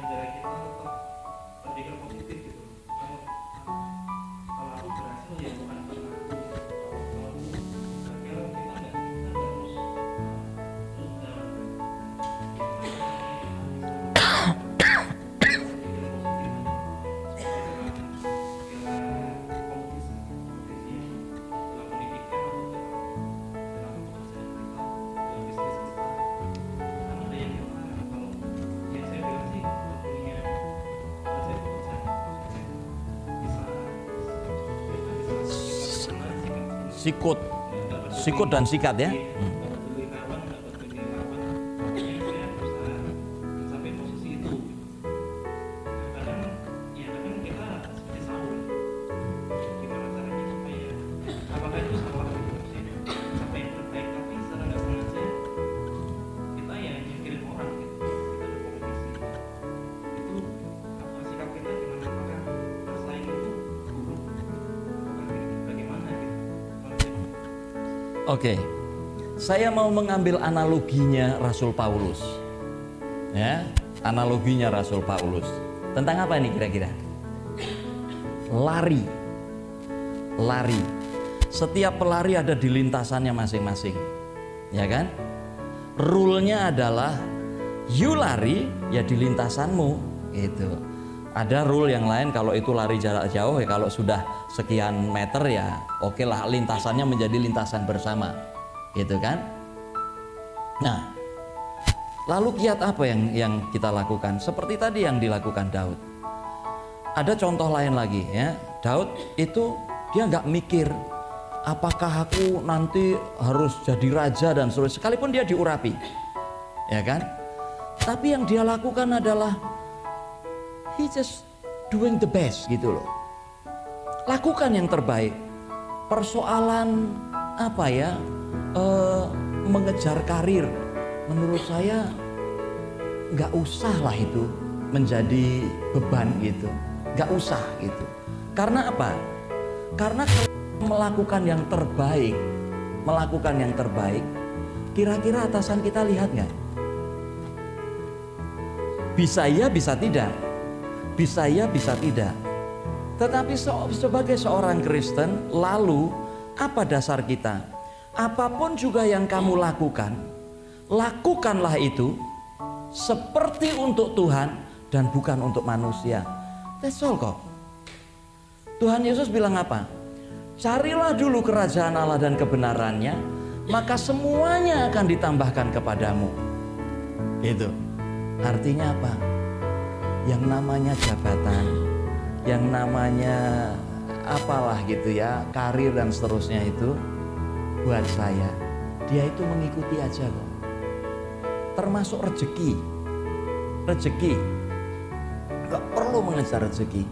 Sikut, sikut dan sikat ya. Hmm. Oke, saya mau mengambil analoginya Rasul Paulus, ya, analoginya Rasul Paulus. Tentang apa ini kira-kira? Lari, lari. Setiap pelari ada di lintasannya masing-masing, ya kan? Rule-nya adalah you lari ya di lintasanmu, gitu. Ada rule yang lain kalau itu lari jarak jauh ya kalau sudah sekian meter ya oke lah lintasannya menjadi lintasan bersama, gitu kan? Nah, lalu kiat apa yang yang kita lakukan? Seperti tadi yang dilakukan Daud. Ada contoh lain lagi ya. Daud itu dia nggak mikir apakah aku nanti harus jadi raja dan seterusnya, sekalipun dia diurapi, ya kan? Tapi yang dia lakukan adalah he just doing the best gitu loh. Lakukan yang terbaik. Persoalan apa ya? Uh, mengejar karir. Menurut saya nggak usah lah itu menjadi beban gitu. Nggak usah gitu. Karena apa? Karena kalau melakukan yang terbaik, melakukan yang terbaik, kira-kira atasan kita lihat nggak? Bisa ya, bisa tidak. Bisa ya, bisa tidak. Tetapi sebagai seorang Kristen, lalu apa dasar kita? Apapun juga yang kamu lakukan, lakukanlah itu seperti untuk Tuhan dan bukan untuk manusia. That's all kok. Tuhan Yesus bilang apa? Carilah dulu kerajaan Allah dan kebenarannya, maka semuanya akan ditambahkan kepadamu. Itu artinya apa? Yang namanya jabatan, yang namanya apalah gitu ya, karir dan seterusnya itu, buat saya dia itu mengikuti aja kok. Termasuk rezeki. Rezeki gak perlu mengejar rezeki.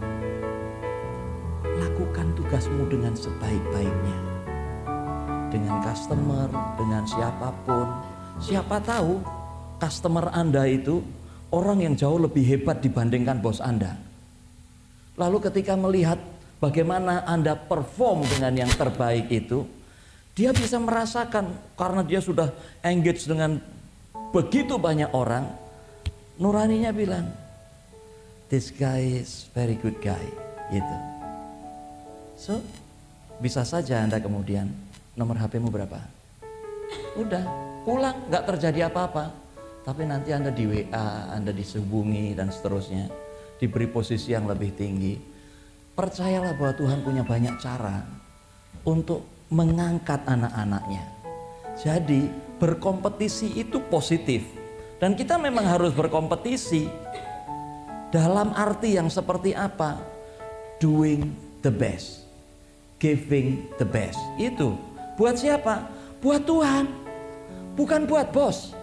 Lakukan tugasmu dengan sebaik-baiknya, dengan customer, dengan siapapun. Siapa tahu customer Anda itu orang yang jauh lebih hebat dibandingkan bos Anda. Lalu ketika melihat bagaimana Anda perform dengan yang terbaik itu, dia bisa merasakan karena dia sudah engage dengan begitu banyak orang, nuraninya bilang, this guy is very good guy, gitu. So, bisa saja Anda kemudian, nomor H P-mu berapa? Udah, pulang, nggak terjadi apa-apa. Tapi nanti Anda di W A, Anda dihubungi dan seterusnya, diberi posisi yang lebih tinggi. Percayalah bahwa Tuhan punya banyak cara untuk mengangkat anak-anaknya. Jadi berkompetisi itu positif. Dan kita memang harus berkompetisi. Dalam arti yang seperti apa? Doing the best, giving the best. Itu buat siapa? Buat Tuhan, bukan buat bos.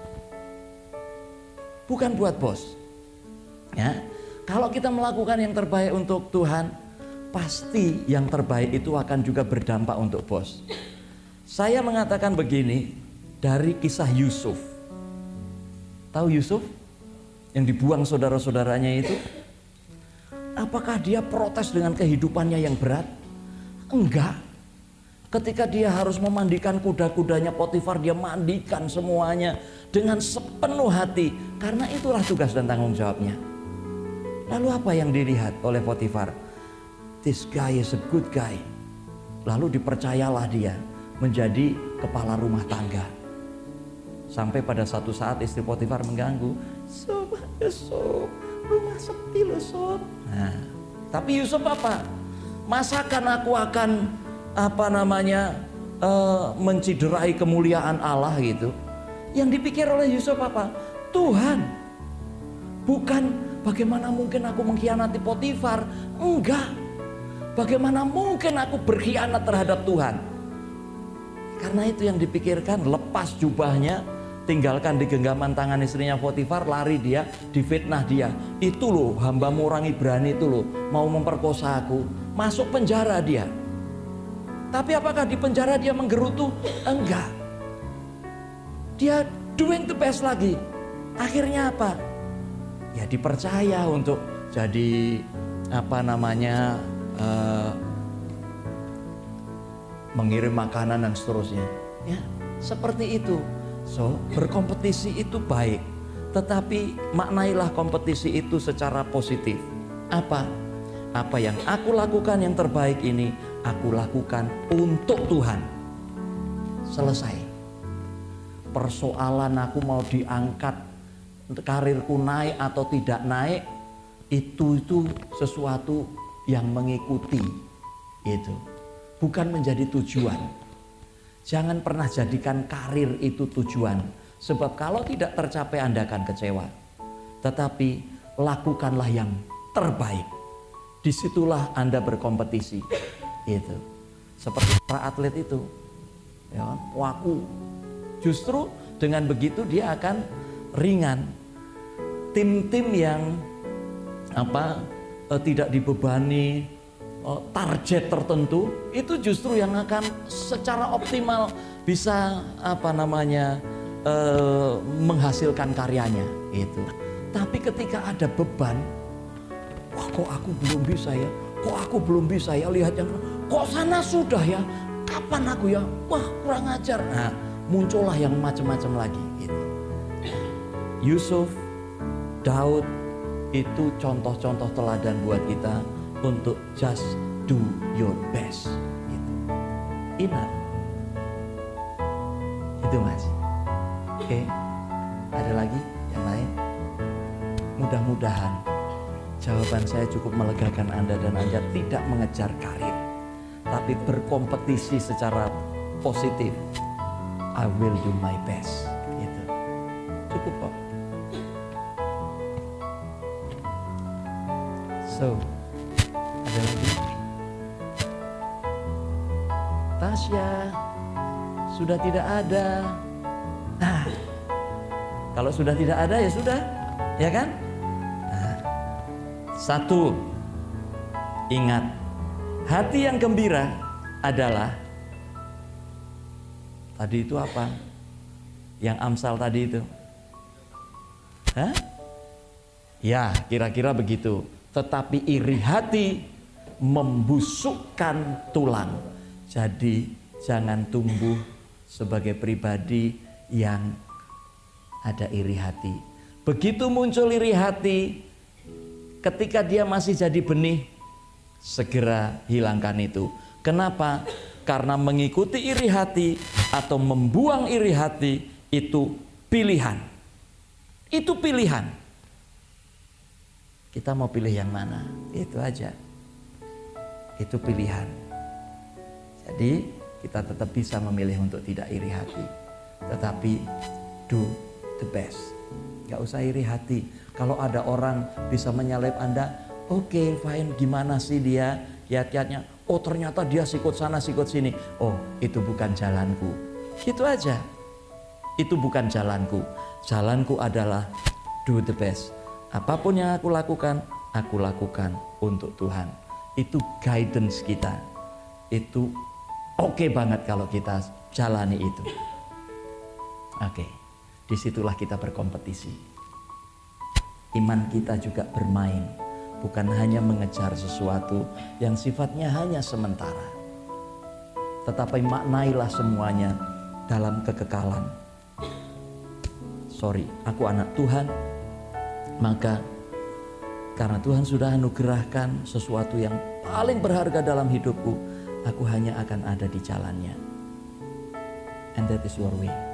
Bukan buat bos. Ya, kalau kita melakukan yang terbaik untuk Tuhan, pasti yang terbaik itu akan juga berdampak untuk bos. Saya mengatakan begini dari kisah Yusuf. Tahu Yusuf yang dibuang saudara-saudaranya itu? Apakah dia protes dengan kehidupannya yang berat? Enggak. Ketika dia harus memandikan kuda-kudanya Potifar, dia mandikan semuanya dengan sepenuh hati, karena itulah tugas dan tanggung jawabnya. Lalu apa yang dilihat oleh Potifar? This guy is a good guy. Lalu dipercayalah dia menjadi kepala rumah tangga. Sampai pada satu saat istri Potifar mengganggu, Sob, Yusuf, rumah sepi loh Sob. Nah, tapi Yusuf apa? Masakan aku akan apa namanya uh, menciderai kemuliaan Allah gitu. Yang dipikir oleh Yusuf apa? Tuhan. Bukan bagaimana mungkin aku mengkhianati Potifar. Enggak. Bagaimana mungkin aku berkhianat terhadap Tuhan. Karena itu yang dipikirkan, lepas jubahnya, tinggalkan di genggaman tangan istrinya Potifar, lari dia, difitnah dia. Itu loh hambamu orang Ibrani itu loh, mau memperkosa aku. Masuk penjara dia. Tapi apakah di penjara dia menggerutu? Enggak. Dia doing the best lagi. Akhirnya apa? Ya dipercaya untuk jadi apa namanya uh, mengirim makanan dan seterusnya. Ya seperti itu. So berkompetisi itu baik. Tetapi maknailah kompetisi itu secara positif. Apa? Apa yang aku lakukan yang terbaik ini, aku lakukan untuk Tuhan. Selesai. Persoalan aku mau diangkat, karirku naik atau tidak naik, itu itu sesuatu yang mengikuti itu, bukan menjadi tujuan. Jangan pernah jadikan karir itu tujuan, sebab kalau tidak tercapai Anda akan kecewa. Tetapi lakukanlah yang terbaik. Disitulah Anda berkompetisi. Itu seperti para atlet itu, ya, waku. Justru dengan begitu dia akan ringan. Tim-tim yang apa eh, tidak dibebani eh, target tertentu, itu justru yang akan secara optimal bisa apa namanya eh, menghasilkan karyanya. Itu. Tapi ketika ada beban, wah kok aku belum bisa ya, kok aku belum bisa ya, lihat yang kok sana sudah ya, kapan aku ya, wah kurang ajar. Nah muncullah yang macam-macam lagi gitu. Yusuf, Daud itu contoh-contoh teladan buat kita untuk just do your best gitu. Enough. Itu mas. Oke, ada lagi yang lain? Mudah-mudahan jawaban saya cukup melegakan Anda dan Anda tidak mengejar karir, tapi berkompetisi secara positif. I will do my best. Gitu. Cukup kok. So, ada lagi? Tasya sudah tidak ada. Nah, kalau sudah tidak ada ya sudah, ya kan? Nah, satu, ingat, hati yang gembira adalah tadi itu apa? Yang Amsal tadi itu. Hah? Ya, kira-kira begitu. Tetapi iri hati membusukkan tulang. Jadi jangan tumbuh sebagai pribadi yang ada iri hati. Begitu muncul iri hati, ketika dia masih jadi benih, segera hilangkan itu. Kenapa? Karena mengikuti iri hati atau membuang iri hati itu pilihan. Itu pilihan. Kita mau pilih yang mana? Itu aja. Itu pilihan. Jadi kita tetap bisa memilih untuk tidak iri hati. Tetapi do the best. Gak usah iri hati. Kalau ada orang bisa menyalip Anda, oke okay, fine, gimana sih dia? Kiat-kiatnya, oh ternyata dia sikut sana sikut sini. Oh itu bukan jalanku. Gitu aja. Itu bukan jalanku. Jalanku adalah do the best. Apapun yang aku lakukan, aku lakukan untuk Tuhan. Itu guidance kita. Itu oke okay banget kalau kita jalani itu. Oke, okay. Disitulah kita berkompetisi. Iman kita juga bermain. Bukan hanya mengejar sesuatu yang sifatnya hanya sementara. Tetapi maknailah semuanya dalam kekekalan. Sorry, aku anak Tuhan. Maka karena Tuhan sudah anugerahkan sesuatu yang paling berharga dalam hidupku, aku hanya akan ada di jalannya. And that is your way.